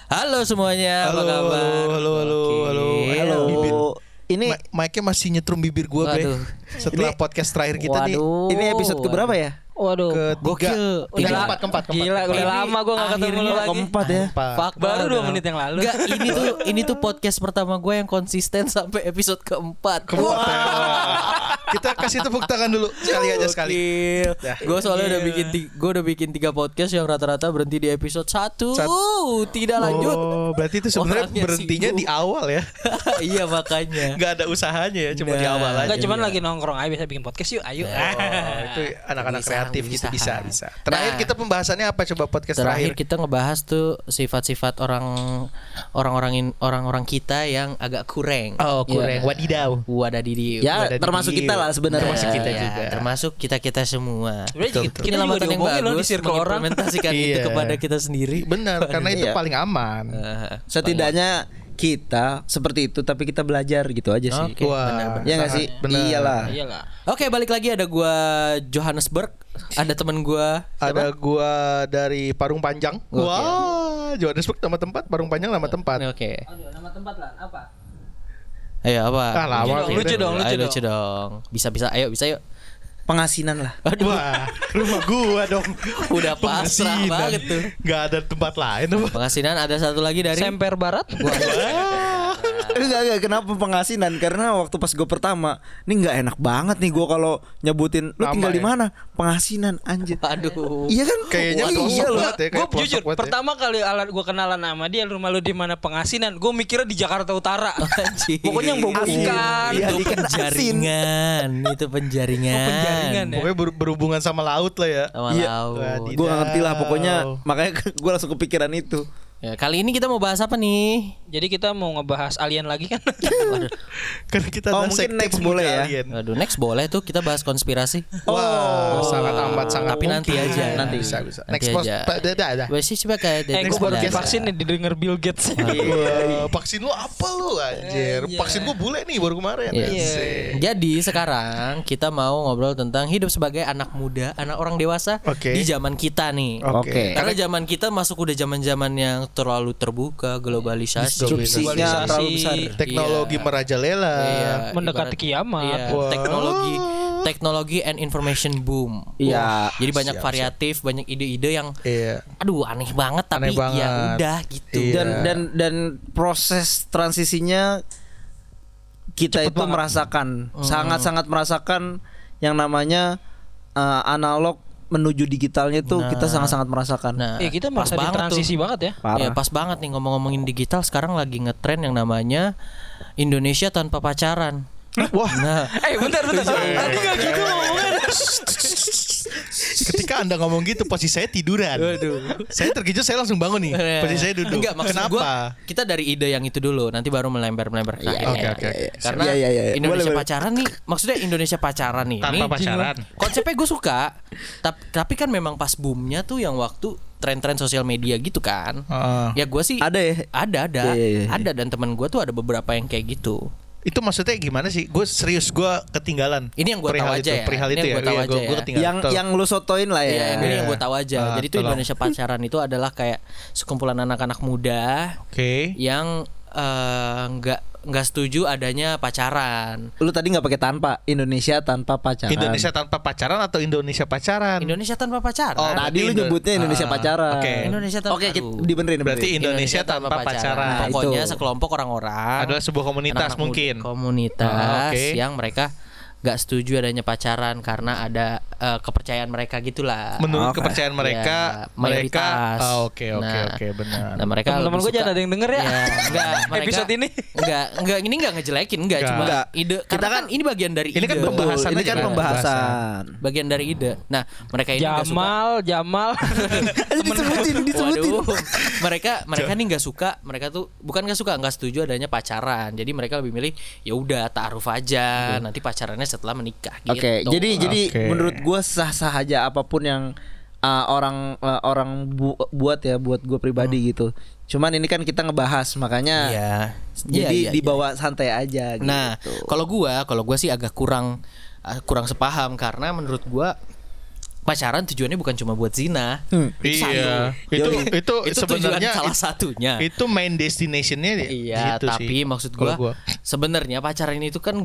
Halo semuanya, apa kabar? Halo. Ini mic-nya masih nyetrum bibir gue, Bre. Setelah podcast terakhir kita nih. Ini episode keberapa ya? Waduh, Gokil. Keempat. gila, udah lama gue gak ketemu lu lagi. Keempat ya. Fuck, Baru 2 menit yang lalu. Enggak, ini tuh podcast pertama gue yang konsisten sampai episode keempat. Kita kasih tepuk tangan dulu sekali. Gue soalnya udah bikin 3 podcast yang rata-rata berhenti di episode 1. Tidak lanjut. Oh, berarti itu sebenarnya Orangnya berhentinya sibuk. di awal ya. Iya makanya. Gak ada usahanya ya, cuma di Nah. awal aja. Enggak, cuman lagi nongkrong aja biasa bikin podcast yuk, ayo. Itu anak-anak Bisa, kreatif gitu bisa. bisa. Terakhir Nah. kita pembahasannya apa coba podcast Terakhir terakhir? kita ngebahas tuh sifat-sifat orang-orang kita yang agak kurang. Oh, kurang. Wadidaw. Wadadidiu. Ya, Ada di termasuk video. kita lah sebenarnya. Termasuk kita Ya, juga. termasuk kita semua. Sebenarnya kita juga Penyelamatkan yang diomongin loh di bagus circle orang. mengimplementasikan itu Iya. kepada kita sendiri. Benar, karena itu Iya. paling aman. Setidaknya kita seperti itu tapi kita belajar gitu aja sih. Oke, Wah, benar-benar. Ya nggak sangat sih? benar. Iyalah. Iyalah. Oke, balik lagi ada gua Johannesburg, ada temen gua. Ada gua dari Parung Panjang. Oke. Wah, Johannesburg nama tempat, Parung Panjang nama tempat. Oke. Aduh, nama tempat lah apa? Ayo apa? Ah, lama. Lucu dong. Ayo, lucu dong. Bisa, ayo bisa yuk. Pengasinan lah. Aduh, Wah, rumah gua dong. udah pasrah Pengasinan. banget tuh. Gak ada tempat lain apa? Pengasinan ada satu lagi dari Semper Barat. Enggak, kenapa pengasinan? Karena waktu pas gue pertama, ini nggak enak banget nih gue kalau nyebutin lu Nama tinggal di ya? mana? Pengasinan anjir. Aduh. Iya kan? Kayaknya Iya pelosok loh. banget ya, Gue kayak pelosok jujur, banget ya. pertama kali gue kenalan sama dia, rumah lu di mana Pengasinan, gue mikirnya di Jakarta Utara. Anjing. Pokoknya yang bau ikan. Iya, Itu ikan asin. penjaringan. Itu penjaringan. Oh, penjaringan ya. Pokoknya berhubungan sama laut lah ya. Sama Iya. laut. Wadidaw. Gue gak ngerti lah pokoknya makanya gue langsung kepikiran itu. Ya, kali ini kita mau bahas apa nih? Jadi kita mau ngebahas alien lagi kan? Waduh, Karena kita Oh, ada mungkin sekte next pemuda boleh ya. alien. Waduh, next boleh tuh kita bahas konspirasi. Wah, sangat amat sangat Tapi nanti mungkin. aja. Nanti bisa. Nanti Next post aja. ada. Masih coba kayak Gue baru bikin vaksin nih didengar Bill Gates. Iya, vaksin lu apa lu anjir? Iya. Vaksin gua bule nih baru kemarin. Iya. Asik. Jadi sekarang kita mau ngobrol tentang hidup sebagai anak muda, anak orang dewasa Oke. di zaman kita nih. Oke. Karena zaman kita masuk udah zaman-zaman yang terlalu terbuka, globalisasi. Disrupsinya terlalu besar. Teknologi Iya. merajalela. Iya, Mendekati ibarat- kiamat. Iya, Wah. teknologi and information boom. Iya. Jadi banyak Siap, variatif, banyak ide-ide yang Iya. aduh aneh banget tapi Aneh banget. ya udah gitu. Iya. Dan proses transisinya kita Cepet itu banget. merasakan sangat-sangat merasakan yang namanya analog menuju digitalnya itu kita sangat-sangat merasakan. Nah, Kita pas merasa di banget transisi tuh. banget ya. Parah. Ya pas banget nih ngomongin digital sekarang lagi ngetren yang namanya Indonesia tanpa pacaran. Wah, Nah, Bentar. Tadi gak gitu ngomongnya. ketika Anda ngomong gitu posisi saya tiduran. Saya terkejut, saya langsung bangun nih. Posisi saya duduk. Enggak, maksud Kenapa? gua kita dari ide yang itu dulu, nanti baru melembar-melembar ke Iya, akhirnya. oke. Karena Iya. Indonesia Boleh. pacaran nih, maksudnya Indonesia pacaran nih. Tanpa Ini pacaran. Konsepnya gue suka, tapi kan memang pas boomnya tuh yang waktu tren-tren sosial media gitu kan. Heeh. Ya gue sih Ada ya? ada, Iya. ada dan teman gue tuh ada beberapa yang kayak gitu. Itu maksudnya gimana sih? Gue serius, gue ketinggalan. Ini yang gua tahu Perihal aja itu, ya. Perihal Ini itu yang ya. gua tahu Iya, aja ya. gue ketinggalan. yang lu sotoin lah ya. Iya, ini yang gue Iya. tahu aja. Jadi itu tolong. Indonesia pacaran itu adalah kayak sekumpulan anak-anak muda Oke. yang nggak setuju adanya pacaran. Lu tadi nggak pakai tanpa Indonesia tanpa pacaran. Indonesia tanpa pacaran atau Indonesia pacaran? Indonesia tanpa pacaran. Oh, Tadi lu Indo- nyebutnya Indonesia Ah, pacaran. oke. Indonesia tanpa Oke, aduh. dibenerin. Berarti Indonesia tanpa pacaran. Pokoknya Itu. sekelompok orang-orang Adalah sebuah komunitas anak-anak muda- mungkin. komunitas Ah, oke. yang mereka nggak setuju adanya pacaran karena ada kepercayaan mereka gitulah. Menurut Oke. kepercayaan mereka, Ya, mayoritas. Oke, benar. Nah, mereka Teman-teman gue lebih jangan ada yang denger ya. enggak, Episode ini. Enggak, ini enggak ngejelekin, enggak, Enggak. cuma Enggak. ide. Karena kan ini bagian dari Ini ide. kan Betul, pembahasan ini aja kan kan? pembahasan. Bagian dari ide. Nah, mereka ini enggak suka. Jamal. disebutin. Waduh, mereka nih nggak suka, mereka tuh bukan nggak setuju adanya pacaran. Jadi mereka lebih milih ya udah ta'aruf aja, nanti pacarannya setelah menikah. Gitu. Oke, jadi Oke. menurut gue sah-sah aja apapun yang orang buat ya buat gue pribadi gitu. Cuman ini kan kita ngebahas makanya Iya. jadi Iya, iya, dibawa santai aja gitu. Nah, kalau gua sih agak kurang sepaham karena menurut gua pacaran tujuannya bukan cuma buat zina. Iya. Itu sebenarnya salah satunya. Itu main destinationnya Iya, gitu tapi sih. maksud Kalau gua sebenarnya pacaran itu kan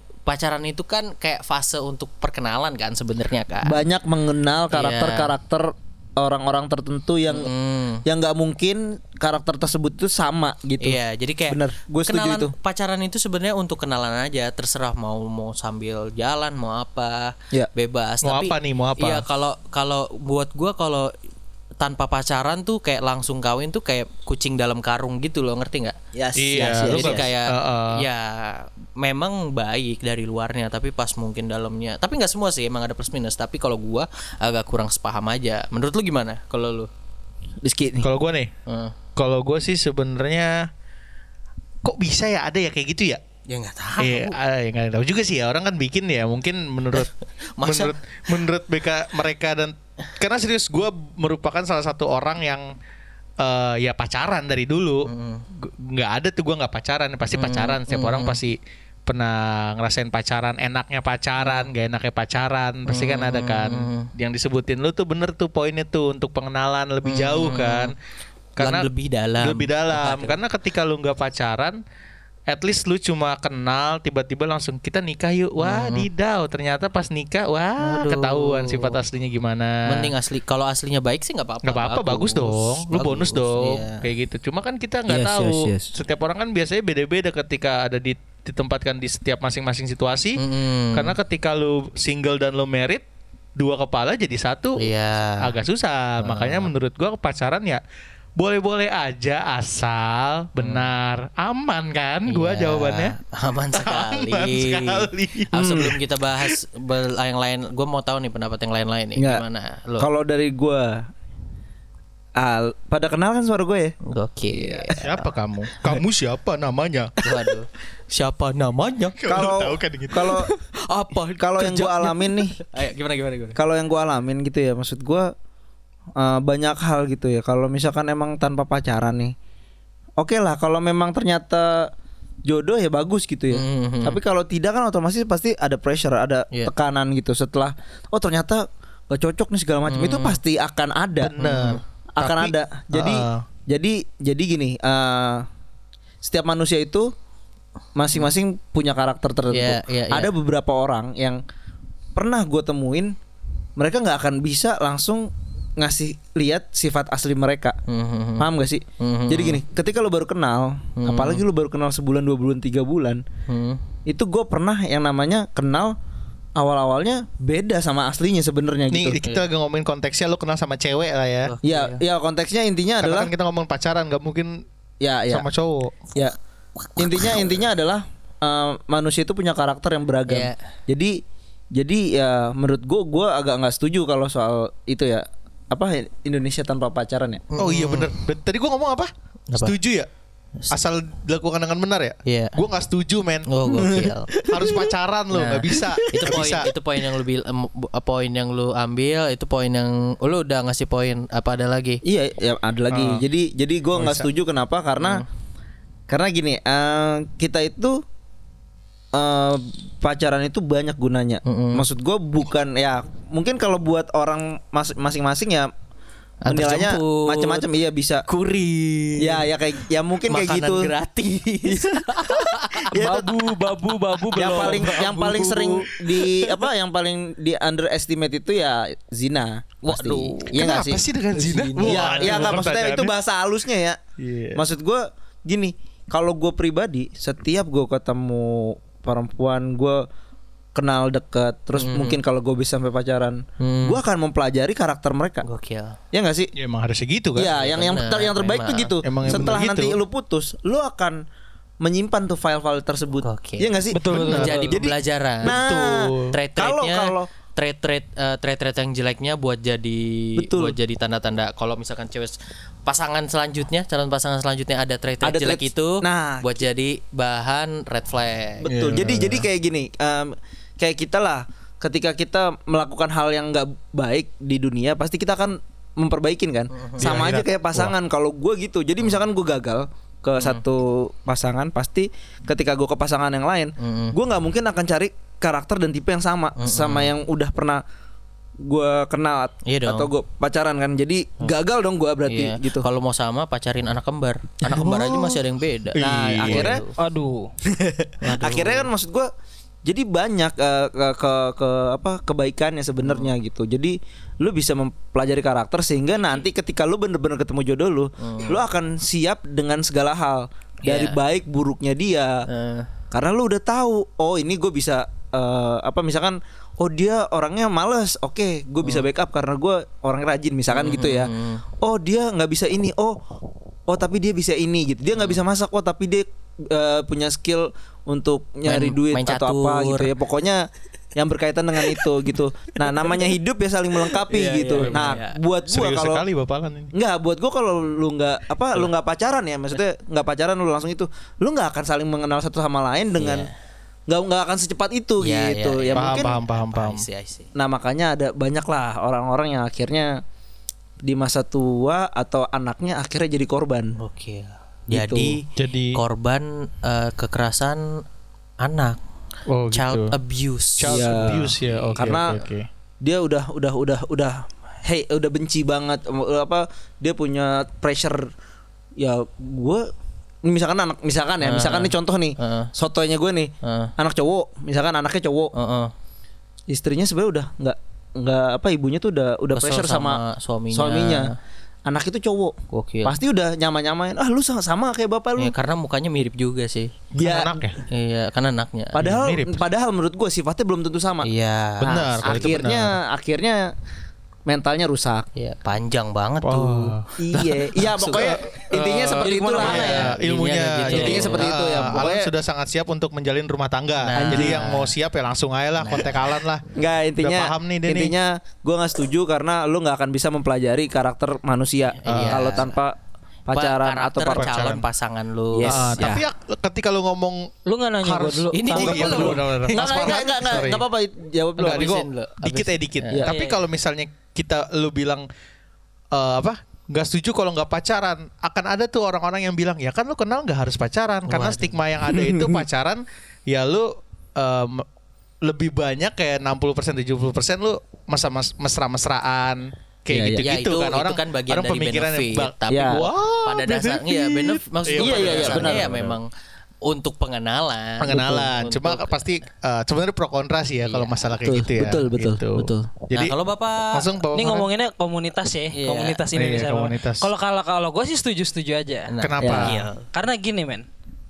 kayak fase untuk perkenalan kan sebenarnya kan. Banyak mengenal karakter-karakter orang-orang tertentu yang nggak mungkin karakter tersebut itu sama gitu. Iya, jadi kayak bener, gue setuju kenalan itu. pacaran itu sebenarnya untuk kenalan aja, terserah mau sambil jalan mau apa, Ya. bebas. Mau Tapi apa nih, mau apa? Iya, kalau buat gua kalau tanpa pacaran tuh kayak langsung kawin tuh kayak kucing dalam karung gitu loh, ngerti nggak? Yes, Iya, lu Jadi nggak- kayak Uh-uh. ya memang baik dari luarnya, tapi pas mungkin dalamnya. Tapi nggak semua sih, emang ada plus minus. Tapi kalau gua agak kurang sepaham aja. Menurut lu gimana? Kalau lu? Rizky nih. Kalau gue nih, Eh. kalau gue sih sebenarnya kok bisa ya ada ya kayak gitu ya? Ya nggak tahu. Ya nggak tahu juga sih ya, orang kan bikin ya mungkin menurut Masa? menurut mereka dan karena serius gue merupakan salah satu orang yang ya pacaran dari dulu. Nggak ada tuh gue nggak pacaran, pasti pacaran. Setiap orang pasti pernah ngerasain pacaran, enaknya pacaran, gak enaknya pacaran, pasti kan ada kan. Yang disebutin lu tuh bener tuh poinnya tuh untuk pengenalan lebih jauh kan. Karena lebih dalam. Lebih dalam. Karena ketika lu nggak pacaran, at least lu cuma kenal, tiba-tiba langsung kita nikah yuk. Wah, didau. Ternyata pas nikah, wah, Aduh. ketahuan sifat aslinya gimana. Mending asli. Kalau aslinya baik sih nggak apa-apa. Nggak apa-apa, bagus dong. Lu bonus dong. Iya. Kayak gitu. Cuma kan kita nggak Yes, tahu. yes. Setiap orang kan biasanya beda-beda ketika ada ditempatkan di setiap masing-masing situasi. Karena ketika lu single dan lu married, dua kepala jadi satu. Iya. Agak susah. Makanya menurut gua pacaran ya boleh-boleh aja asal benar aman kan gua Iya, jawabannya. aman sekali. Aman sekali. Sebelum kita bahas yang lain, gue mau tahu nih pendapat yang lain-lain nih. Nggak. Gimana? Lo? Kalau dari gue, pada kenal kan suara gue ya. Gokil. Siapa kamu? Kamu siapa namanya? Waduh. Siapa namanya? Kalau tahu kan gitu. kalau Apa? kalau yang gue kerjanya? alamin nih, Ayo gimana? kalau yang gue alamin gitu ya, maksud gue banyak hal gitu ya. Kalau misalkan emang tanpa pacaran nih, oke lah. Kalau memang ternyata jodoh ya bagus gitu ya. Tapi kalau tidak kan otomatis pasti ada pressure, ada Iya. tekanan gitu. Setelah ternyata gak cocok nih segala macam, itu pasti akan ada. Bener. Akan Tapi, ada. Jadi gini, setiap manusia itu masing-masing punya karakter tertentu. Iya, iya. Ada beberapa orang yang pernah gue temuin, mereka nggak akan bisa langsung ngasih lihat sifat asli mereka. Paham gak sih? Jadi gini, ketika lu baru kenal, apalagi lu baru kenal sebulan, 2 bulan, 3 bulan, itu gue pernah yang namanya kenal awal-awalnya beda sama aslinya sebenarnya Nih gitu. kita lagi ngomongin konteksnya lu kenal sama cewek lah ya. Ya konteksnya intinya Karena adalah kan kita ngomong pacaran, nggak mungkin ya sama cowok. ya intinya adalah manusia itu punya karakter yang beragam. Iya. Jadi ya menurut gue agak nggak setuju kalau soal itu ya, apa Indonesia tanpa pacaran ya. Oh iya bener. Tadi gua ngomong apa? Apa? Setuju ya? Asal dilakukan dengan benar ya? Iya. Gua nggak setuju men. Oh, gokil. Harus pacaran lo, nggak bisa. Itu Nggak poin bisa. itu poin yang lu poin yang lu ambil, itu poin yang lu udah ngasih poin apa ada lagi? Iya ya ada lagi. Jadi gue nggak bisa. setuju kenapa? Karena gini, kita itu pacaran itu banyak gunanya. Maksud gue bukan ya, mungkin kalau buat orang masing-masing ya Antar menilainya jemput. macam-macam, iya bisa. Kurir. Ya kayak ya mungkin kayak Makanan gitu. gratis. Ya, babu yang paling sering yang paling di underestimate itu ya zina. Pasti. Waduh. Iya nggak Kenapa sih dengan zina? Iya nggak, maksudnya itu bahasa halusnya ya. Iya. Maksud gue gini, kalau gue pribadi setiap gue ketemu perempuan, gue kenal deket, terus mungkin kalau gue bisa sampai pacaran, gue akan mempelajari karakter mereka. Gokil. Ya nggak sih? Ya emang harusnya gitu kan? Iya, yang terbaik tuh memang. gitu. Emang yang Setelah bener nanti gitu. lu putus, lu akan menyimpan tuh file-file tersebut. Oke. Iya nggak sih? Betul. Menjadi Jadi- pembelajaran. Nah, Trait-traitnya kalau trait-trait yang jeleknya buat jadi Betul. tanda-tanda kalau misalkan cewek calon pasangan selanjutnya ada trait-trait Ada jelek traits. itu Nah. buat jadi bahan red flag. betul. Iya. Jadi kayak gini, kayak kita lah, ketika kita melakukan hal yang nggak baik di dunia, pasti kita akan memperbaikin kan. Sama Di aja akhirat. kayak pasangan. Kalau gue gitu, jadi misalkan gue gagal ke satu pasangan, pasti ketika gue ke pasangan yang lain, gue nggak mungkin akan cari karakter dan tipe yang sama yang udah pernah gua kenal Iya dong. atau gua pacaran kan. Jadi gagal dong gua berarti Iya. gitu. Kalau mau sama pacarin anak kembar. Anak kembar aja masih ada yang beda. Nah, Iya. akhirnya Aduh. akhirnya kan maksud gua jadi banyak ke apa kebaikannya sebenarnya gitu. Jadi lu bisa mempelajari karakter sehingga nanti ketika lu bener-bener ketemu jodoh lu akan siap dengan segala hal dari Iya. baik buruknya dia. Karena lu udah tahu, oh ini gue bisa apa misalkan, oh dia orangnya males, oke, gue bisa backup karena gue orang rajin misalkan gitu ya. Oh dia nggak bisa ini, oh tapi dia bisa ini gitu. Dia nggak bisa masak, oh tapi dia punya skill untuk nyari duit main atau apa catur. gitu ya. Pokoknya yang berkaitan dengan itu gitu. Nah namanya hidup ya saling melengkapi gitu. Nah buat gua Serius kalau sekali bapalan ini. nggak, buat gua kalau lu nggak pacaran ya, maksudnya nggak pacaran lu langsung itu, lu nggak akan saling mengenal satu sama lain dengan nggak akan secepat itu Iya, gitu. iya, Ya Paham, mungkin. paham. I see. Nah makanya ada banyak lah orang-orang yang akhirnya di masa tua atau anaknya akhirnya jadi korban. Oke. Gitu. Jadi korban kekerasan anak. Oh, Child gitu. abuse. Child Iya. abuse ya. Oke, Karena oke. dia udah benci banget apa, dia punya pressure ya. Gue misalkan misalkan nih contoh nih, sotoynya gue nih, anak cowok, misalkan anaknya cowok, istrinya sebenarnya udah nggak apa, ibunya tuh udah Kesel pressure sama suaminya. Anak itu cowok, Gokil. pasti udah nyamain, lu sama kayak bapak lu. Ya, karena mukanya mirip juga sih. Dia Kan anaknya. Iya, karena anaknya. padahal menurut gue sifatnya belum tentu sama. Iya. Benar, kalau itu akhirnya mentalnya rusak. Iya, panjang banget Wah. tuh. Iya pokoknya intinya seperti jadi itulah. kemana-mana ya. Ilmunya Intinya gitu. Intinya seperti itu ya. Alan Pokoknya sudah sangat siap untuk menjalin rumah tangga. Nah. Jadi yang mau siap ya langsung aja lah kontak Alan lah. Enggak, intinya Udah paham nih dia nih. intinya gue nggak setuju karena lu nggak akan bisa mempelajari karakter manusia Iya. kalau tanpa pacaran atau karakter pacaran. calon pasangan lu. Yes. Tapi ya ketika lu ngomong Lu nggak nanya harus gua dulu. Ini Oh, juga iya, belum. benar. Mas Farhan, sorry. Enggak apa-apa, jawab dulu. Enggak, ini gua habisin lu, dikit habisin. dikit. Iya. Tapi Iya. kalau misalnya lu bilang apa? Nggak setuju kalau nggak pacaran, akan ada tuh orang-orang yang bilang ya kan lu kenal nggak harus pacaran karena stigma yang ada itu pacaran ya lu lebih banyak kayak 60% 70% lu mesra-mesraan kayak Iya, iya. gitu-gitu Ya, kan orang kan bagian orang dari pemikiran benefit, tapi Ya. pada dasarnya ya benefit maksudnya Iya, pada iya, dasarnya benar, ya benar. memang untuk pengenalan. pengenalan. Betul. Cuma Untuk- pasti sebenarnya pro kontra sih ya kalau Iya. masalah kayak gitu ya. Betul. Gitu. Jadi Nah, kalau Bapak langsung Bapak Ini Farhan, ngomonginnya komunitas ya, Iya. komunitas ini Iya, bisa. komunitas. Kalau gue sih setuju aja. Nah, kenapa? iya. Karena gini men,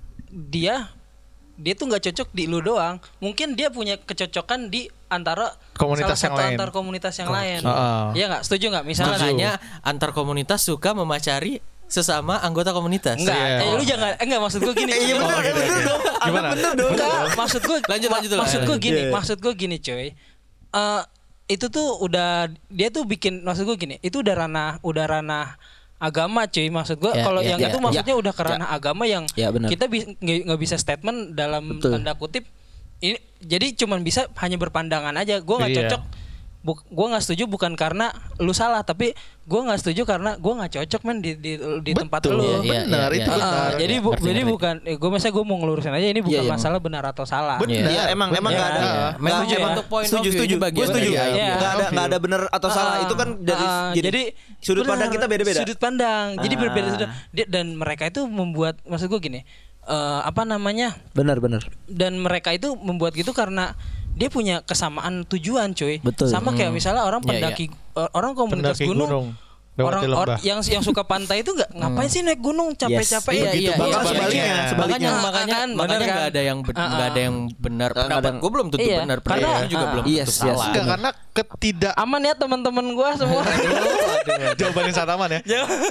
dia tuh nggak cocok di lu doang. Mungkin dia punya kecocokan di antara Komunitas yang salah satu lain. antar komunitas yang lain. Heeh. Iya nggak? Setuju nggak? Misalnya Makanya antar komunitas suka memacari sesama anggota komunitas. enggak, Iya. lu jangan enggak maksud gue gini. Iya benar, oke, benar oke. dong. Gimana? Benar dong. Enggak, maksud gue Lanjut dulu. maksud gue gini coy. Itu tuh udah dia tuh bikin, maksud gue gini, itu udah ranah agama cuy, maksud gue Ya, kalau ya, yang ya, itu maksudnya udah ke ranah agama yang Ya, benar. kita nggak bisa statement dalam Betul. tanda kutip ini, jadi cuman bisa hanya berpandangan aja. Gue nggak Iya. cocok, gue nggak setuju bukan karena lu salah, tapi gue nggak setuju karena gue nggak cocok men di tempat Betul, lu. Iya, benar iya, itu iya. benar. Jadi Iya, ngerti, jadi ngerti. bukan gue misalnya gue mau ngelurusin aja ini bukan Iya, iya. masalah benar atau salah. Benar. Iya, emang Benar. nggak ada. Iya. Memang Nggak- cuma emang untuk point of setuju, view, setuju. ini bagian Gue setuju. dari idea. Nggak ada benar atau salah. Itu kan dari jadi sudut benar, pandang kita beda-beda. Sudut pandang. Jadi Ah. berbeda sudut. Dan mereka itu membuat, maksud gue gini, apa namanya? Benar. Dan mereka itu membuat gitu karena dia punya kesamaan tujuan, cuy. Betul. Sama kayak misalnya orang Iya, pendaki, orang komunitas Pendaki gunung. gunung, lewati lembah. Yang suka pantai itu ngapain sih naik gunung capek-capek Yes. ya? Iya, iya, Bahkan iya, sebaliknya, iya. sebaliknya. makanya Kan, makanya bener kan? nggak ada yang nggak ada yang benar. Nggak Pendapat ada. gue belum tentu Iya, benar, karena- pendapat lu juga belum Yes, tentu yes. salah. Enggak, karena Aman ya teman-teman gua semua. jawaban yang sangat aman ya.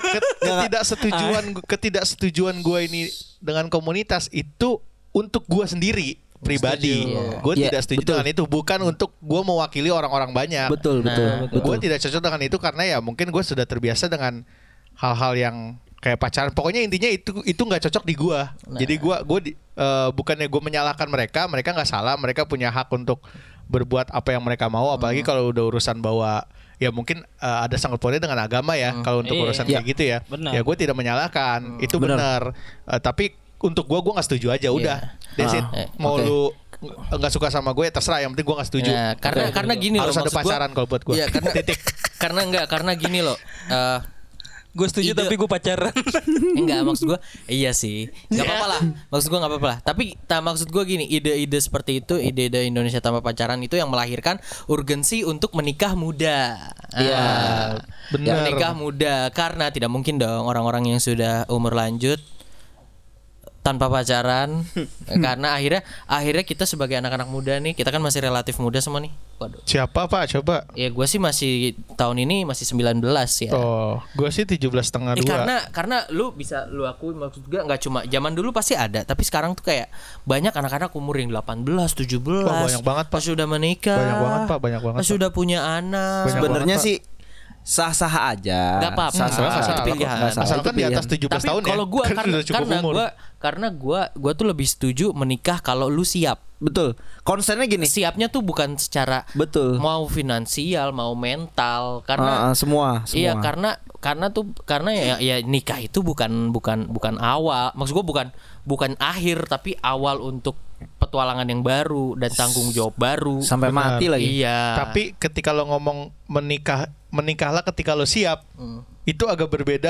Ketidaksetujuan gue ini dengan komunitas itu untuk gue sendiri pribadi. Setuju. Gue Iya, tidak setuju betul. dengan itu, bukan untuk gue mewakili orang-orang banyak. Betul. Gue tidak cocok dengan itu karena ya mungkin gue sudah terbiasa dengan hal-hal yang kayak pacaran. Pokoknya intinya itu nggak cocok di gue. Jadi gue bukannya gue menyalahkan mereka nggak salah, mereka punya hak untuk berbuat apa yang mereka mau. Apalagi kalau udah urusan bawa, ya mungkin ada sangkut pautnya dengan agama ya. Kalau untuk Iya. urusan kayak gitu ya, Benar. ya gue tidak menyalahkan. Itu Benar. benar. Tapi untuk gue nggak setuju aja. Udah, that's it. Ah, Mau oke. lu nggak suka sama gue terserah, yang penting gue nggak setuju. Nah, karena gini harus loh, ada maksud gua- pacaran kalau buat gue. Iya, karena titik. karena gini loh. Gue setuju Ide- tapi gue pacaran. Enggak, maksud gue iya sih, nggak apa-apa lah, maksud gue nggak apa-apa lah, tapi maksud gue gini, ide-ide seperti itu, ide-ide Indonesia tanpa pacaran itu yang melahirkan urgensi untuk menikah muda. Iya. Benar. Menikah muda, karena tidak mungkin dong orang-orang yang sudah umur lanjut tanpa pacaran. Karena akhirnya kita sebagai anak-anak muda nih, kita kan masih relatif muda semua nih. Waduh. Siapa Pak? Coba. Ya gue sih masih tahun ini masih 19 ya. Oh, gue sih 17,5 Karena lu bisa lu akui, maksud gue nggak cuma zaman dulu pasti ada, tapi sekarang tuh kayak banyak anak-anak umur yang 18, 17. Wah, banyak banget, Pak. Pas sudah menikah. Banyak banget, Pak. Banyak banget, Pas Pak. sudah punya anak. Banyak Sebenarnya banget, sih sah-sah aja. Nggak apa-apa. Sah-sah Nggak aja. salah. Itu pilihan. Nggak salah, Asalkan itu di atas pilihan. 17 Tapi tahun ya. kalau gue Kan udah cukup umur. karena gue tuh lebih setuju menikah kalau lu siap. Betul. Konsennya gini. Siapnya tuh bukan secara Betul. mau finansial, mau mental, karena Semua. iya, karena ya nikah itu bukan awal. Maksud gue bukan akhir, tapi awal untuk petualangan yang baru dan tanggung jawab baru. Sampai Benar. mati lagi. Iya. Tapi ketika lo ngomong menikahlah ketika lo siap, itu agak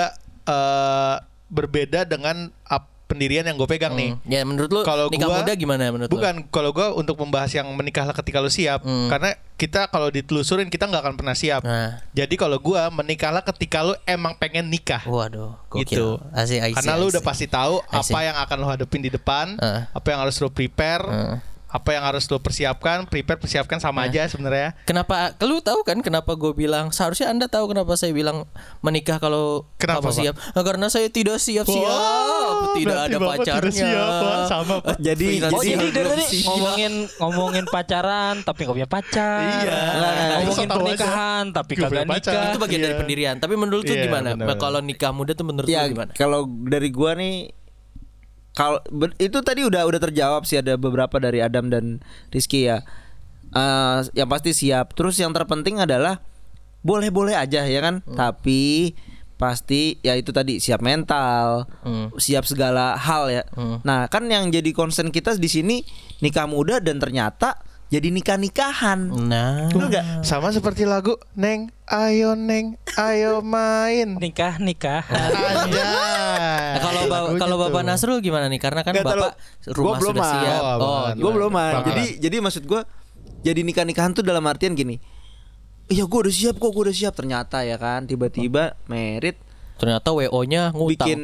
berbeda dengan pendirian yang gue pegang nih. Ya menurut lu Kalau nikah gua- muda gimana menurut lu? Bukan, kalau gue untuk membahas yang menikahlah ketika lo siap, karena kita kalau ditelusurin kita nggak akan pernah siap. Nah. Jadi kalau gue menikahlah ketika lo emang pengen nikah. Waduh, Gitu. gokil. Asik, Karena lo udah pasti tahu I see. apa yang akan lo hadapin di depan, apa yang harus lo prepare, apa yang harus lo persiapkan sama aja sebenarnya. Kenapa? Lu tahu kan kenapa gue bilang? Seharusnya Anda tahu kenapa saya bilang menikah kalau Kenapa, kamu Pak? siap. Nah, karena saya tidak siap-siap. Tidak berarti ada Bapak tidak pacarnya. siap, Pak. Sama, Pak. Jadi Oh jadi Siap, dari belum tadi siap. ngomongin pacaran tapi nggak punya pacar. Iya. Ngomongin So tau aja. pernikahan tapi Nggak kagak punya pacar. nikah. Itu bagian dari Iya. pendirian. Tapi menurut lu Iya, gimana? benar. Kalau nikah muda tuh menurut ya lu gimana? kalau dari gua nih, kalau itu tadi udah terjawab sih, ada beberapa dari Adam dan Rizky ya. Yang pasti siap. Terus yang terpenting adalah boleh-boleh aja ya kan. Tapi pasti ya itu tadi siap mental, siap segala hal ya. Nah kan yang jadi concern kita di sini nikah muda dan ternyata jadi nikah-nikahan. Nah, Bener nggak? Sama seperti lagu Neng, ayo main. Nikah. Anjay. kalau Bapak Nasrul gimana nih? Karena kan Nggak, Bapak rumah gua belum sudah siap. Oh, Oh, Gue belum Bakalan. Jadi maksud gue, jadi nikah-nikahan tuh dalam artian gini. Iya gue udah siap kok, gue udah siap. Ternyata ya kan tiba-tiba merit ternyata WO-nya ngutang. bikin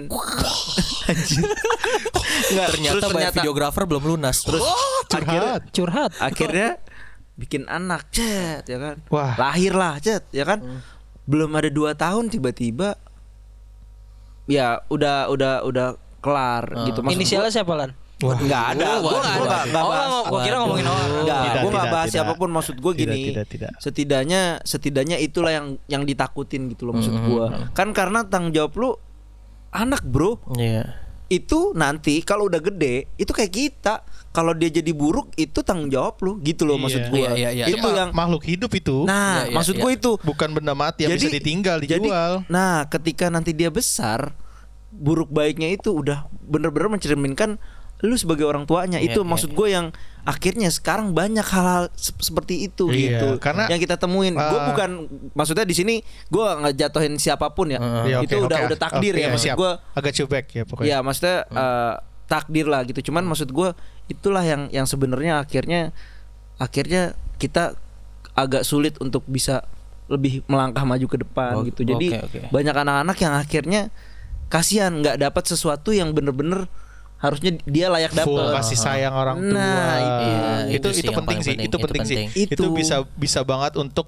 Nggak, Ternyata terus bayar videografer belum lunas. Terus Curhat. akhirnya bikin anak, cet ya kan. Wah. Lahir lah, cet ya kan. Belum ada 2 tahun tiba-tiba ya udah kelar gitu. Maksud Inisialnya siapa Lan? gua, nggak ada. Gua nggak bahas. Gua kira ngomongin orang. Enggak, Tidak, gue nggak tidak, bahas tidak. siapapun. Maksud gue gini, Tidak. setidaknya itulah yang ditakutin gitu loh maksud gue. Kan karena tanggung jawab lu anak bro, iya. itu nanti kalau udah gede itu kayak kita, kalau dia jadi buruk itu tanggung jawab lu gitu loh maksud gue. Iya. Itu yang makhluk hidup itu. nah Iya, maksud iya. gue itu. Bukan benda mati yang bisa ditinggal, dijual. Nah ketika nanti dia besar, buruk baiknya itu udah bener-bener mencerminkan lu sebagai orang tuanya. Itu maksud gue yang akhirnya sekarang banyak hal-hal seperti itu Iya, gitu karena- yang kita temuin. Gue bukan maksudnya di sini gue nggak jatuhin siapapun ya. Iya, Itu oke, udah oke. takdir Oke, ya maksud siap. gue. Agak cubek ya pokoknya. Ya maksudnya takdir lah gitu. Cuman maksud gue itulah yang sebenarnya akhirnya kita agak sulit untuk bisa lebih melangkah maju ke depan gitu. Jadi oke. banyak anak-anak yang akhirnya kasihan nggak dapat sesuatu yang bener-bener harusnya dia layak Full dapat. kasih sayang orang tua. Nah, itu sih itu yang penting paling sih. penting. Itu penting sih. Itu. Itu bisa banget untuk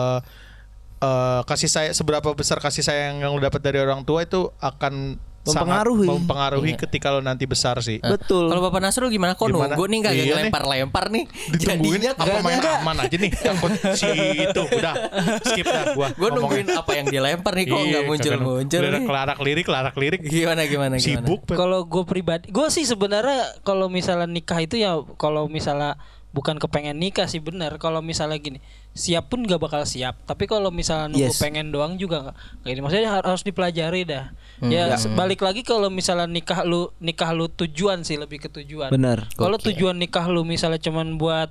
kasih sayang, seberapa besar kasih sayang yang lo dapat dari orang tua itu akan Mempengaruhi. sangat mempengaruhi ketika lo nanti besar sih. Betul. Kalau Bapak Nasrul gimana? Kok Gimana? nunggu nih, nggak Iya nih. lempar-lempar nih? Ditungguin Jadinya apa main aman aja nih. Takut si itu udah skip dah gua. gue nungguin apa yang dilempar nih, kok nggak muncul-muncul nih? Larak lirik. Gimana? Sibuk. Kalau gue pribadi, gue sih sebenarnya kalau misalnya nikah itu ya kalau misalnya bukan kepengen nikah sih, bener. Kalau misalnya gini, siap pun gak bakal siap. Tapi kalau misalnya nunggu pengen doang juga nggak ini. Maksudnya harus dipelajari dah. Balik lagi kalau misalnya nikah lu tujuan sih, lebih ke tujuan. Bener. Kalau tujuan nikah lu misalnya cuman buat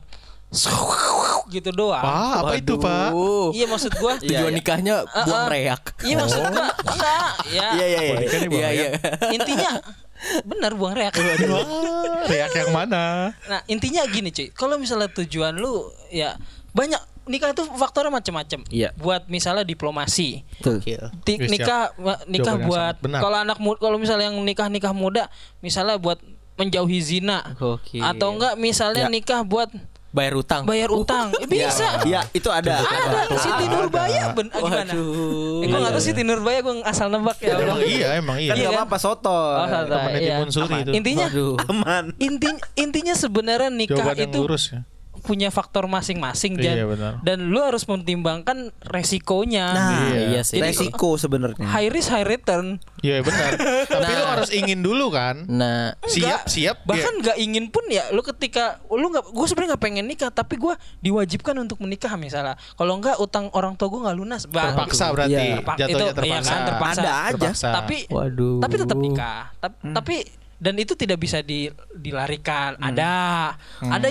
gitu doang. Apa itu, Pak? Iya maksud gua Tujuan nikahnya buang reak. Iya maksud gua enggak. Ya. Iya. Intinya bener buang reak. Reak yang mana? Nah intinya gini cuy, kalau misalnya tujuan lu ya banyak, nikah itu faktornya macam-macam. Iya. Buat misalnya diplomasi, Tuh. nikah Jawaban yang buat sangat benar. kalau anak muda, kalau misalnya yang nikah muda, misalnya buat menjauhi zina, Gokil. atau enggak misalnya nikah buat Bayar utang. bisa. Iya, itu ada. Ada Siti Nurbaya gimana? Gue nggak tahu Siti Nurbaya, gue asal nebak ya Allah. Emang iya. Kan enggak apa-apa soto. Oh, santai. Temennya Iya. Timun Suri itu. Intinya Aman. intinya sebenarnya nikah Jawaban yang itu lurus ya. punya faktor masing-masing Iya, benar. dan lu harus mempertimbangkan resikonya. Nah, Iya sih. resiko sebenarnya. High risk high return. Iya benar. Tapi lu harus ingin dulu kan. Nah, Siap. Bahkan nggak ingin pun ya, lu ketika lu nggak, gue sebenarnya nggak pengen nikah tapi gue diwajibkan untuk menikah misalnya. Kalau nggak utang orang tua gue nggak lunas. Terpaksa berarti. Iya. Jatuhnya Itu, iya terpaksa. kan, terpaksa. Ada aja. Terpaksa. Tapi tetap nikah. Tapi dan itu tidak bisa dilarikan. Ada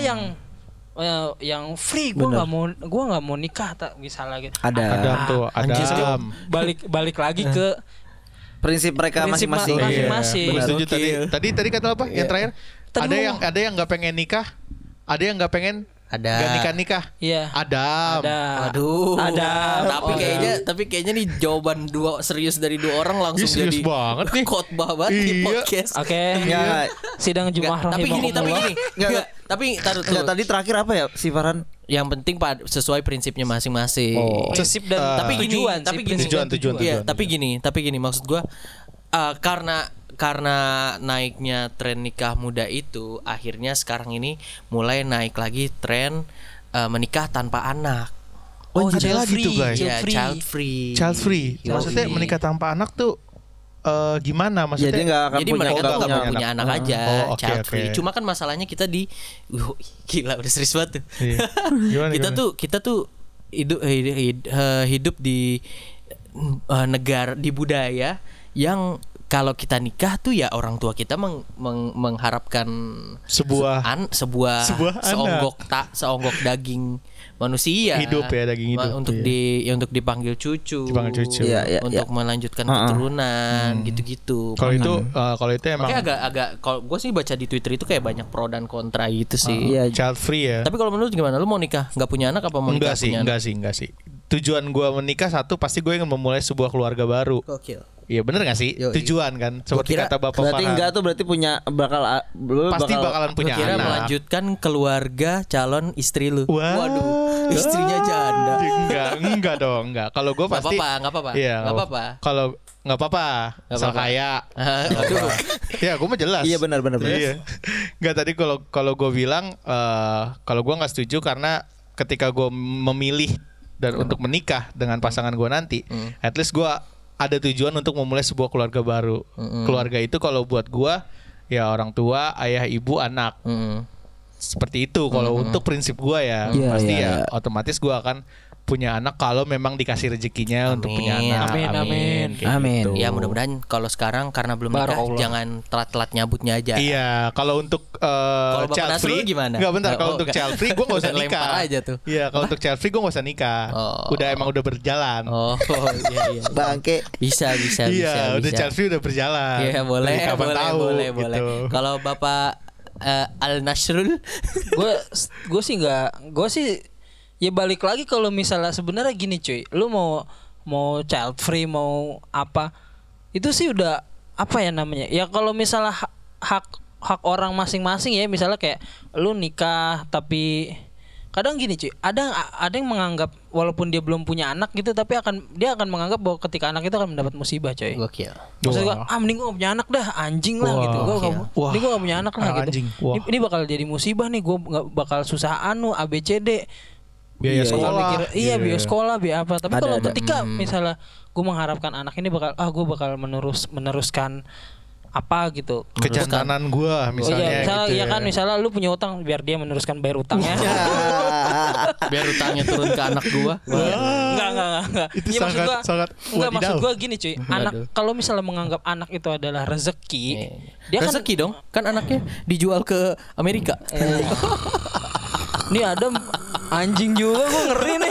yang free, gue nggak mau nikah tak misalnya gitu. Ada. Adam tuh, Adam. Balik lagi ke Prinsip mereka prinsip masing-masing. masing-masing. Gue setuju Gokil. tadi kata apa? Yang terakhir. Ada yang nggak pengen nikah, ada yang nggak pengen nggak nikah. Iya. Adam. Aduh. Ada. Tapi kayaknya nih jawaban serius dari dua orang langsung Ih, serius jadi banget nih. khotbah banget di Iya. podcast. Oke. Nggak. Sidang Jumat Tapi gini. Nggak. Tapi taruh Enggak, tuh. tadi terakhir apa ya si Farhan? Yang penting sesuai prinsipnya masing-masing. Prinsip dan Tapi gini, tujuan. tapi sih, gini. prinsip dan Tujuan. Iya, tapi gini maksud gua karena naiknya tren nikah muda itu, akhirnya sekarang ini mulai naik lagi tren menikah tanpa anak. Oh, child ada lagi free, tuh guys. Iya, child Child free. Yoi. Maksudnya menikah tanpa anak tuh gimana maksudnya? Jadi nggak akan Jadi punya mereka tuh nggak gak mau punya anak aja, Oh, oke, child free. oke. Cuma kan masalahnya kita gila udah serius banget tuh. Iya. Gimana, kita tuh hidup di negara, di budaya yang kalau kita nikah tuh ya orang tua kita mengharapkan Sebuah sebuah anak. seonggok daging manusia Hidup ya, daging hidup. untuk Iya. untuk dipanggil cucu, Dipanggil cucu. Iya, untuk melanjutkan keturunan gitu-gitu. Kalau itu emang Makanya agak kalau gue sih baca di Twitter itu kayak banyak pro dan kontra gitu sih. Iya. child free ya. Tapi kalau menurut gimana? Lu mau nikah nggak punya anak apa mau nikah punya anak? Enggak sih. Tujuan gue menikah satu pasti gue ingin memulai sebuah keluarga baru. Gokil. Iya bener gak sih? Yoi. Tujuan kan seperti kira- kata Bapak Berarti Farhan. enggak tuh berarti punya Pasti bakalan punya Kira anak. melanjutkan keluarga calon istri lu. Wah. Waduh, istrinya janda. Enggak dong. Kalau gue Nggak pasti apa-apa, nggak apa-apa. Iya, Nggak apa-apa. Kalau nggak apa-apa, Nggak asal apa-apa. kaya. Aduh. Ya, gue mah jelas. Iya, benar. Iya. Nggak, tadi kalau gue bilang kalau gue nggak setuju karena ketika gue memilih dan untuk menikah dengan pasangan gue nanti, at least gue ada tujuan untuk memulai sebuah keluarga baru. Keluarga itu kalau buat gue ya orang tua, ayah, ibu, anak. Seperti itu kalau untuk prinsip gue ya. Iya, Pasti iya, ya otomatis gue akan punya anak kalau memang dikasih rezekinya untuk punya anak. Amin. Kayak Amin. gitu. Ya mudah-mudahan kalau sekarang karena belum nikah Barakallah. jangan telat-telat nyabutnya aja. Iya, kalau untuk Kalau Bapak child Nasrul free gimana? Enggak, bentar. Kalau Oh, untuk enggak. child free gue gak usah nikah. Lempar aja tuh. Iya, kalau untuk child free gue gak usah nikah. Oh. Udah berjalan. Oh iya. Bangke. Bisa. Iya, udah child free udah berjalan. Iya boleh, Dari kapan tahu, boleh. gitu. Kalau Bapak Al Nasrul, gue sih ya balik lagi kalau misalnya sebenarnya gini cuy, lu mau child free mau apa itu sih udah apa ya namanya ya, kalau misalnya hak orang masing-masing ya, misalnya kayak lu nikah tapi kadang gini cuy, ada yang menganggap walaupun dia belum punya anak gitu tapi dia akan menganggap bahwa ketika anak itu akan mendapat musibah coy. gokil. Maksudnya gue, mending gue gak punya anak dah, anjing lah Wah. gitu. Wah. Mending gue gak punya anak lah Anak gitu. anjing. Wah. Ini bakal jadi musibah nih, gue gak bakal susah ABCD. Biaya Iya, sekolah. Mikir, iya biaya sekolah, biaya apa. Tapi kalau Ada. ketika misalnya gue mengharapkan anak ini gue bakal meneruskan apa gitu. Kejantanan gua Oh misalnya iya, misalnya, gitu ya kan misalnya lu punya utang biar dia meneruskan bayar utangnya. Biar utangnya turun ke anak gua. Enggak. Itu Iya, maksud gua, sangat enggak, maksud wadidaw. gua gini cuy. Anak kalau misalnya menganggap anak itu adalah rezeki, dia kan Rezeki dong, kan anaknya dijual ke Amerika. ini ada anjing juga gua ngeri nih.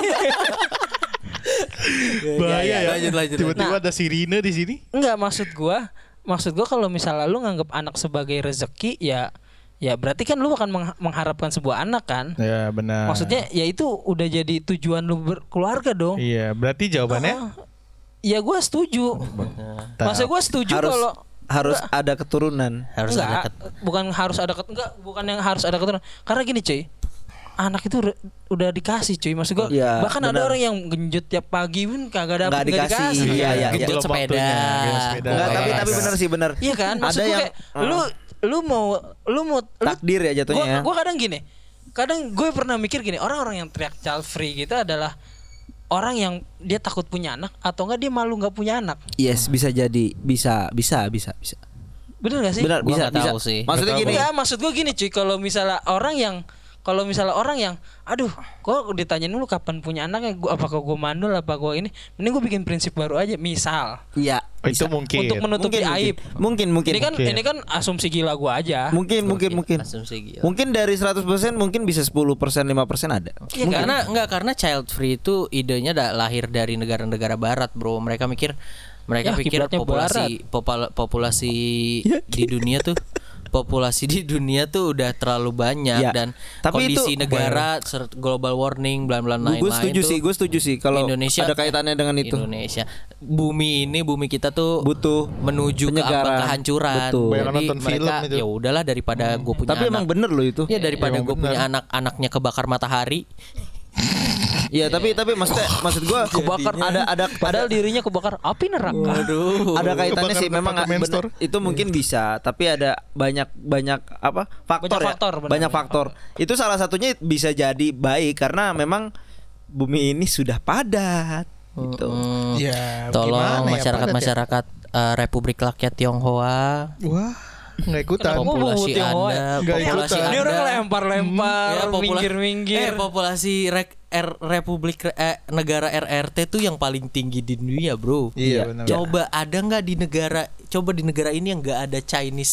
Bahaya ya. lanjut. Tiba-tiba ada sirine di sini. Enggak, maksud gua kalau misalnya lu nganggap anak sebagai rezeki ya berarti kan lu akan mengharapkan sebuah anak kan. Ya benar. Maksudnya ya itu udah jadi tujuan lu berkeluarga dong. Iya, berarti jawabannya Ya gua setuju. Masa gua setuju kalau harus ada keturunan. Harus enggak, ada bukan harus ada bukan yang harus ada keturunan. Karena gini cuy, anak itu udah dikasih cuy. Maksud gua Iya, bahkan ada benar. orang yang genjut tiap pagi pun kagak Nggak dapet, nggak dikasih. dikasih. Iya. Genjot Belum sepeda. waktunya, genjot sepeda. Enggak, tapi Yes. benar sih benar. Iya kan? Maksud Ada gua yang kayak lu mau takdir ya jatuhnya. Gua kadang gini. Kadang gue pernah mikir gini, orang-orang yang teriak child free gitu adalah orang yang dia takut punya anak atau enggak dia malu nggak punya anak. Yes, bisa jadi. Bisa. Bener gak sih? Benar, Gua bisa. nggak tahu sih. Maksudnya Nggak gini. Enggak, maksud gue gini cuy, kalau misalnya orang yang aduh, kok ditanyain lu kapan punya anaknya, apakah gue mandul apa gue ini, mending gue bikin prinsip baru aja, misal Iya. itu mungkin. untuk menutupi aib. Mungkin. Ini kan asumsi gila gue aja. Mungkin. Asumsi gila. Mungkin dari 100% mungkin bisa 10%, 5% ada. Iya kan? Karena child free itu idenya lahir dari negara-negara barat, bro. Mereka pikir Ya, pikir kiblatnya populasi di dunia tuh udah terlalu banyak Ya, dan tapi kondisi itu- negara global warming bla bla lain-lain. Gue setuju sih kalau Indonesia ada kaitannya dengan itu. Indonesia bumi kita tuh Butuh menuju ke ambang penyegaran. kehancuran. Betul. Banyak Jadi nonton film mereka itu. ya udahlah daripada gue punya Tapi anak. emang bener loh itu. Ya daripada Emang gue punya anak-anaknya kebakar matahari. Iya, tapi maksud gue Kebakar ada padahal dirinya kebakar api neraka. Waduh. ada kaitannya sih memang departemen bener, store. itu mungkin bisa, tapi ada banyak apa faktor Banyak ya. faktor, benar, banyak banyak faktor. Itu salah satunya bisa jadi baik karena memang bumi ini sudah padat gitu. Ya, Tolong gimana ya, masyarakat Republik Rakyat Tionghoa, Wah, nggak ikutan. Kenapa? populasi Tionghoa. Anda, Nggak populasi ikutan. Ini Anda. orang lempar-lempar, minggir-minggir. Populasi Republik negara RRT tuh yang paling tinggi di dunia, bro. Iya, benar. Coba ada nggak di negara ini yang nggak ada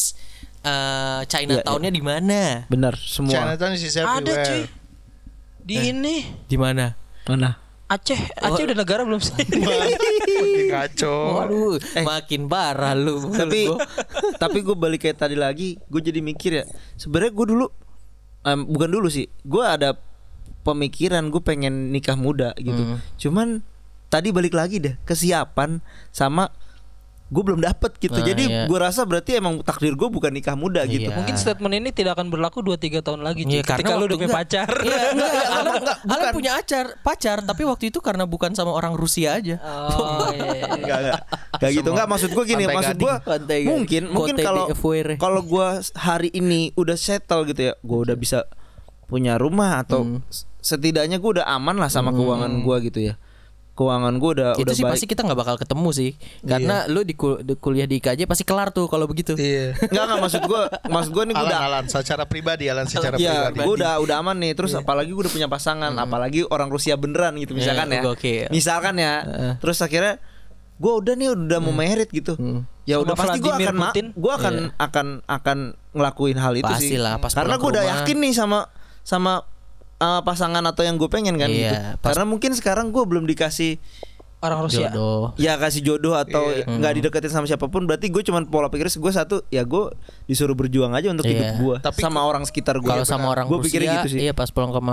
Chinatown-nya di mana? Benar semua. Chinatown is Ada everywhere. cuy. Di ini Di mana? Mana? Aceh udah negara belum sih? Makin kacau. Waduh, makin parah lu. Tapi gue balik kayak tadi lagi, gue jadi mikir ya. Sebenarnya gue dulu bukan dulu sih. Gue ada pemikiran gue pengen nikah muda gitu. Cuman tadi balik lagi deh, kesiapan sama gue belum dapet gitu. Nah, Jadi iya. gue rasa berarti emang takdir gue bukan nikah muda gitu. Iya. Mungkin statement ini tidak akan berlaku 2-3 tahun lagi cuy. Iya, karena Ketika lu waktu udah punya enggak- pacar. Iya, Alan punya pacar, tapi waktu itu karena bukan sama orang Rusia aja. Oh iya. Gak gitu, nggak maksud gue gini, Pantai maksud gue Pantai Gading. mungkin Kote kalau di Efuere. kalau gue hari ini udah settle gitu ya, gue udah bisa punya rumah atau setidaknya gue udah aman lah sama keuangan gue gitu ya. Keuangan gue udah Itu sih baik. pasti kita nggak bakal ketemu sih, karena lu di kuliah di IKJ pasti kelar tuh kalau begitu. Iya. Nggak maksud gue nih gue udah Alan secara pribadi, secara ya pribadi. gue udah aman nih. Terus apalagi gue udah punya pasangan, apalagi orang Rusia beneran gitu misalkan ya. Gokil. Misalkan ya. Terus akhirnya gue udah mau merit gitu. Ya Sama udah pasti gue Vladimir akan Putin. akan ngelakuin hal itu sih. Pastilah, pas Karena pulang gue ke udah rumah. yakin nih sama pasangan atau yang gue pengen kan Iya, gitu. pas- Karena mungkin sekarang gue belum dikasih Orang Rusia. Jodoh. ya kasih jodoh atau nggak dideketin sama siapapun, berarti gue cuman pola pikir gue satu, ya gue disuruh berjuang aja untuk hidup Iya. gue Tapi sama orang sekitar gue. Kalau sama orang gue Rusia, pikirnya gitu sih. iya pas pulang ke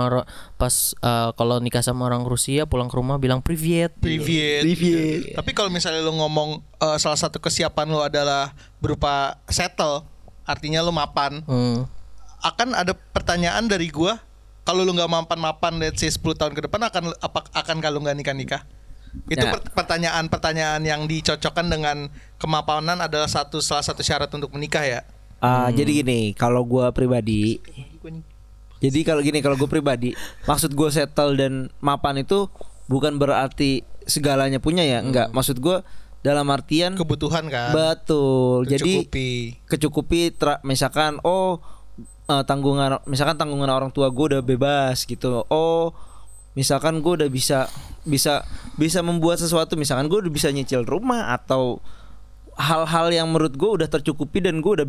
kalau nikah sama orang Rusia pulang ke rumah bilang privyet. Privyet. Tapi kalau misalnya lu ngomong salah satu kesiapan lu adalah berupa settle, artinya lu mapan. Akan ada pertanyaan dari gua, kalau lu nggak mapan let's say 10 tahun ke depan akan kalau nggak nikah? Itu Ya. pertanyaan yang dicocokkan dengan kemapanan adalah salah satu syarat untuk menikah ya. Jadi gini, kalau gue pribadi, kalau gue pribadi, maksud gue settle dan mapan itu bukan berarti segalanya punya ya, enggak. Maksud gue dalam artian Kebutuhan kan. betul. Jadi Kecukupi. misalkan tanggungan orang tua gue udah bebas gitu. Misalkan gue udah bisa membuat sesuatu, misalkan gue udah bisa nyicil rumah atau hal-hal yang menurut gue udah tercukupi dan gue udah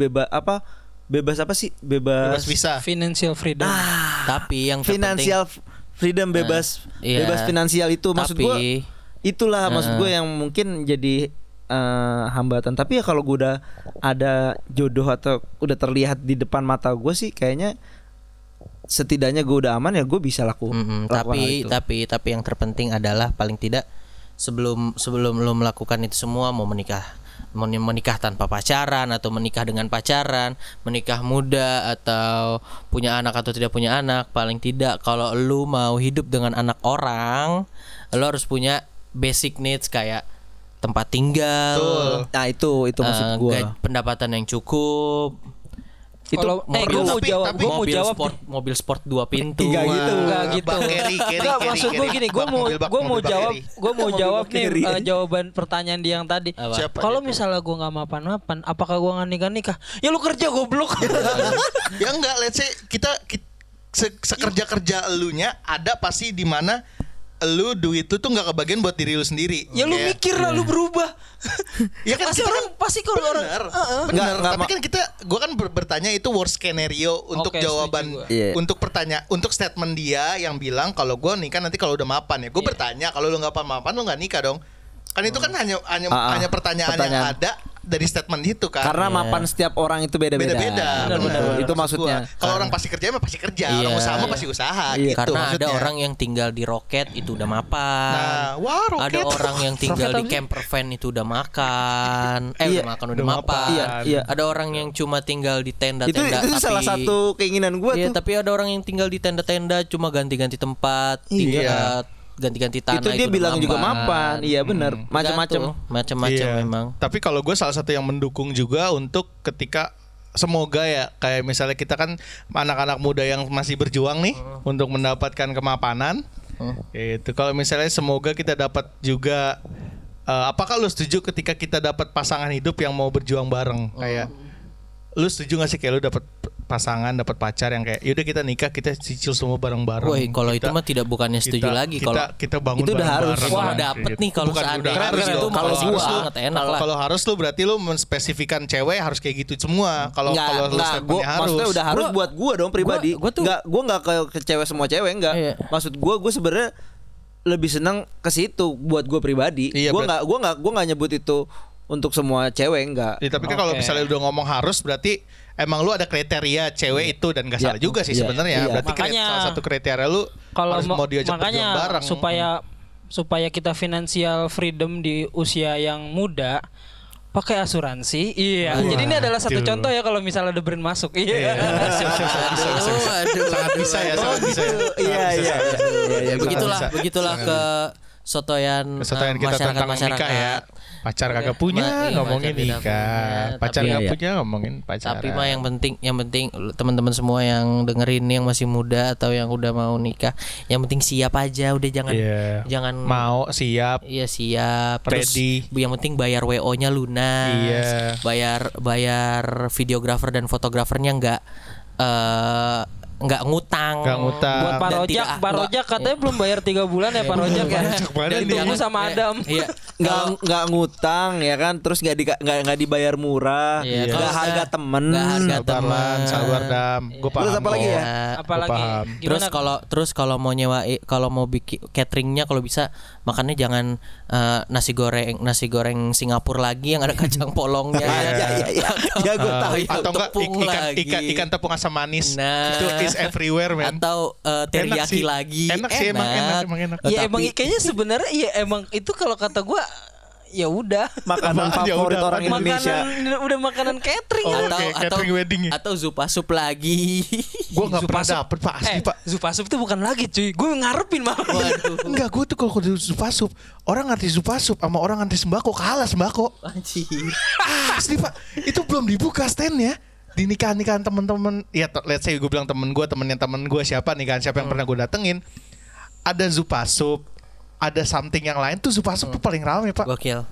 bebas Bisa. Financial freedom. Tapi yang terpenting financial freedom, bebas finansial itu maksud gue. Itulah maksud gue yang mungkin jadi hambatan. Tapi ya kalau gue udah ada jodoh atau udah terlihat di depan mata gue sih, kayaknya setidaknya gue udah aman ya, gue bisa lakukan hal itu. Tapi yang terpenting adalah paling tidak sebelum lo melakukan itu semua, mau menikah tanpa pacaran atau menikah dengan pacaran, menikah muda atau punya anak atau tidak punya anak, paling tidak kalau lu mau hidup dengan anak orang, lu harus punya basic needs kayak tempat tinggal. Nah itu maksud gue. Pendapatan yang cukup. Kalau gue mau jawab mobil sport 2 pintu. Enggak gitu. Enggak, maksud gue gini, gue mau jawab nih jawaban pertanyaan dia yang tadi. Kalau misalnya gue nggak mapan-mapan, apakah gue nggak nikah? Ya lu kerja goblok. Ya enggak, let's say kita sekerja-kerja elunya ada pasti di mana lu duit lu tuh nggak kebagian buat diri lu sendiri. Ya lu mikir lah, lu berubah. Ya kan pasti kalau orang benar. Tapi kan gue kan bertanya itu worst scenario untuk jawaban untuk pertanyaan, untuk statement dia yang bilang kalau gue nikah nanti kalau udah mapan ya. Gue bertanya kalau lu nggak mapan lu nggak nikah dong. Kan itu kan hanya pertanyaan yang ada dari statement itu kan. Karena mapan setiap orang itu beda-beda. Benar. Itu maksudnya. Kalau orang pasti kerja mah pasti kerja, orang usaha mah pasti usaha gitu. Karena maksudnya. ada orang yang tinggal di roket itu udah mapan. Roket. Ada orang yang tinggal di camper van itu udah makan. Udah mapan. Iya. Ada orang yang cuma tinggal di tenda-tenda. Itu salah satu keinginan gue tuh. Tapi ada orang yang tinggal di tenda-tenda cuma ganti-ganti tempat, ganti-ganti tanah. Itu dia bilang juga mapan. Iya benar. Macam-macam memang. Tapi kalau gue salah satu yang mendukung juga untuk ketika semoga ya kayak misalnya kita kan anak-anak muda yang masih berjuang nih untuk mendapatkan kemapanan. Itu kalau misalnya semoga kita dapat juga apakah lu setuju ketika kita dapat pasangan hidup yang mau berjuang bareng kayak lu setuju gak sih kayak lu dapat pasangan, dapat pacar yang kayak yaudah kita nikah, kita cicil semua bareng-bareng. Woi, kalau itu mah tidak bukannya setuju lagi kalau kita bangun itu udah harus. Wah, dapet nih kalau seandainya itu kalau sangat enak lah. Kalau harus lu berarti lu menspesifikan cewek harus kayak gitu semua. Kalau lu statementnya harus. Maksudnya udah harus buat gua dong pribadi. Gua enggak ke cewek semua cewek enggak. Maksud gua sebenarnya lebih senang ke situ buat gua pribadi. Gua enggak nyebut itu untuk semua cewek enggak. Tapi kan kalau misalnya udah ngomong harus berarti emang lu ada kriteria cewek itu dan gak salah juga sih sebenarnya. Berarti salah satu kriteria lu kalau harus mau diajak berjuang bareng. Supaya kita financial freedom di usia yang muda, pakai asuransi. Iya. Jadi ini adalah satu contoh ya kalau misalnya ada brand masuk. Iya. Sangat bisa ya. Iya. Begitulah ke sotoyan kita tentang nikah ya. Pacar kagak punya ngomongin nikah, pacar kagak punya ngomongin pacaran. Tapi mah yang penting teman-teman semua yang dengerin yang masih muda atau yang udah mau nikah, yang penting siap aja, udah jangan mau siap. Iya siap. Terus ready. Yang penting bayar WO-nya lunas. Iya. Bayar videografer dan fotografernya nggak ngutang. Buat Pak Rojak katanya belum bayar 3 bulan ya Pak Rojak ya. Dan tunggu sama Adam. Iya. Nggak ngutang ya kan, terus nggak dibayar murah, nggak harga temen. Sabar Dam. Gue paham. Terus apa lagi ya? Apalagi. Terus kalau mau nyewa, kalau mau bikin cateringnya kalau bisa makannya jangan nasi goreng Singapura lagi yang ada kacang polongnya. Ya gue tahu. Atau enggak ikan tepung asam manis. Itu is everywhere man. Atau teriyaki lagi. Enak sih emang enak. Ya emang kayaknya sebenarnya ya emang itu kalau kata gue ya udah makanan favorit orang Indonesia. Udah makanan catering catering wedding. Atau zupa sup lagi. Gue nggak pernah dapet Pak asli Pak. Zupa sup tuh bukan lagi cuy. Gue ngarepin malah. Enggak, gue tuh kalau zupa sup orang nganti zupa sup sama orang nganti sembako kalah sembako. Anjir. Asli Pak, itu belum dibuka standnya. Di nikahan teman-teman ya, let's say gue bilang temennya temen gue siapa yang pernah gue datengin, ada zupa sup, ada something yang lain tuh zupa sup tuh paling ramai Pak. Gokil.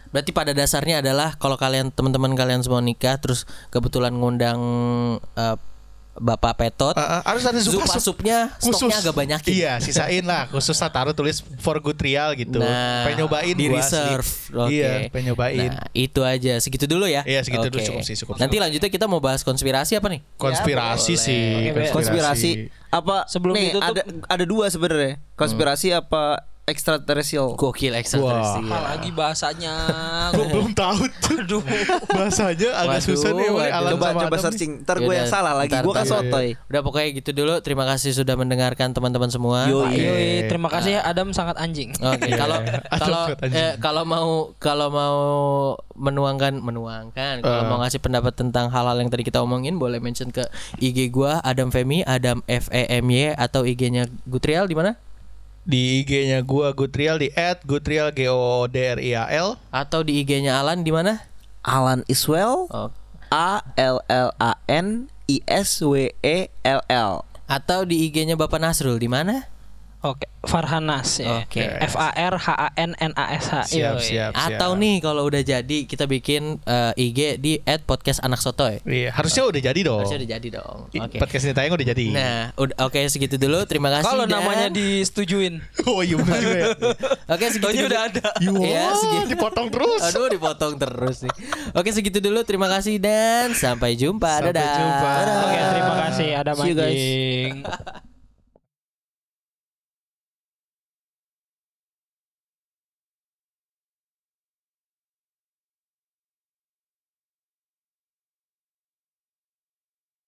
Berarti pada dasarnya adalah kalau kalian teman-teman kalian semua nikah terus kebetulan ngundang Bapak Petot, harus ada supnya stoknya agak banyakin. Iya, sisain lah. Khusus taruh tulis for good real gitu. Nah, pengen nyobain di gua reserve. asli. Iya, pengen nyobain. Nah, itu aja. Segitu dulu ya. Iya, segitu dulu Oke. cukup sih, cukup. Nanti lanjutnya kita mau bahas konspirasi apa nih? Konspirasi Ya, sih. boleh. Konspirasi apa? Sebelum nih ditutup- ada dua sebenarnya. Konspirasi apa extraterrestrial? Gokil ekstraterrestrial. Apalagi bahasanya. Gue belum tahu tuh. Aduh. Bahasanya agak Waduh, susah nih. waduh. Alan Coba sama coba Adam searching. nih. Ntar gue yang Yaudah, salah lagi. ntar- Gue kan ntar. sotoy. Udah pokoknya gitu dulu. Terima kasih sudah mendengarkan teman-teman semua. Yoi. Yoi, terima kasih ya Adam sangat anjing. Oke, kalau kalau anjing. kalau mau menuangkan kalau mau ngasih pendapat tentang hal-hal yang tadi kita omongin boleh mention ke IG gua Adam Femi, Adam FEMY atau IG-nya Gutrial di mana? Di IG-nya gua Gutrial di @gutrial GODRIAL. Atau di IG-nya Alan di mana? Alan Iswell. Oh. ALLANISWELL. Atau di IG-nya Bapak Nasrul di mana? Oke, Farhanas ya. Oke. FARHANNASH. Siap, Yoi. siap, Atau siap. nih kalau udah jadi kita bikin IG di @podcastanak_sotoy. Iya, harusnya udah jadi dong. Harusnya udah jadi dong. Oke. Podcast ini tayang udah jadi. Nah, oke segitu dulu. Terima kasih. Kalau dan- namanya disetujuin. Oh iya benar juga ya. Oke, segitu Taunya dulu. udah ada. Iya, segitu. Dipotong terus. Aduh, dipotong terus nih. Oke, segitu dulu. Terima kasih dan sampai jumpa. Sampai Dadah. jumpa. Dadah. Oke, terima kasih Adam See you, guys. anjing.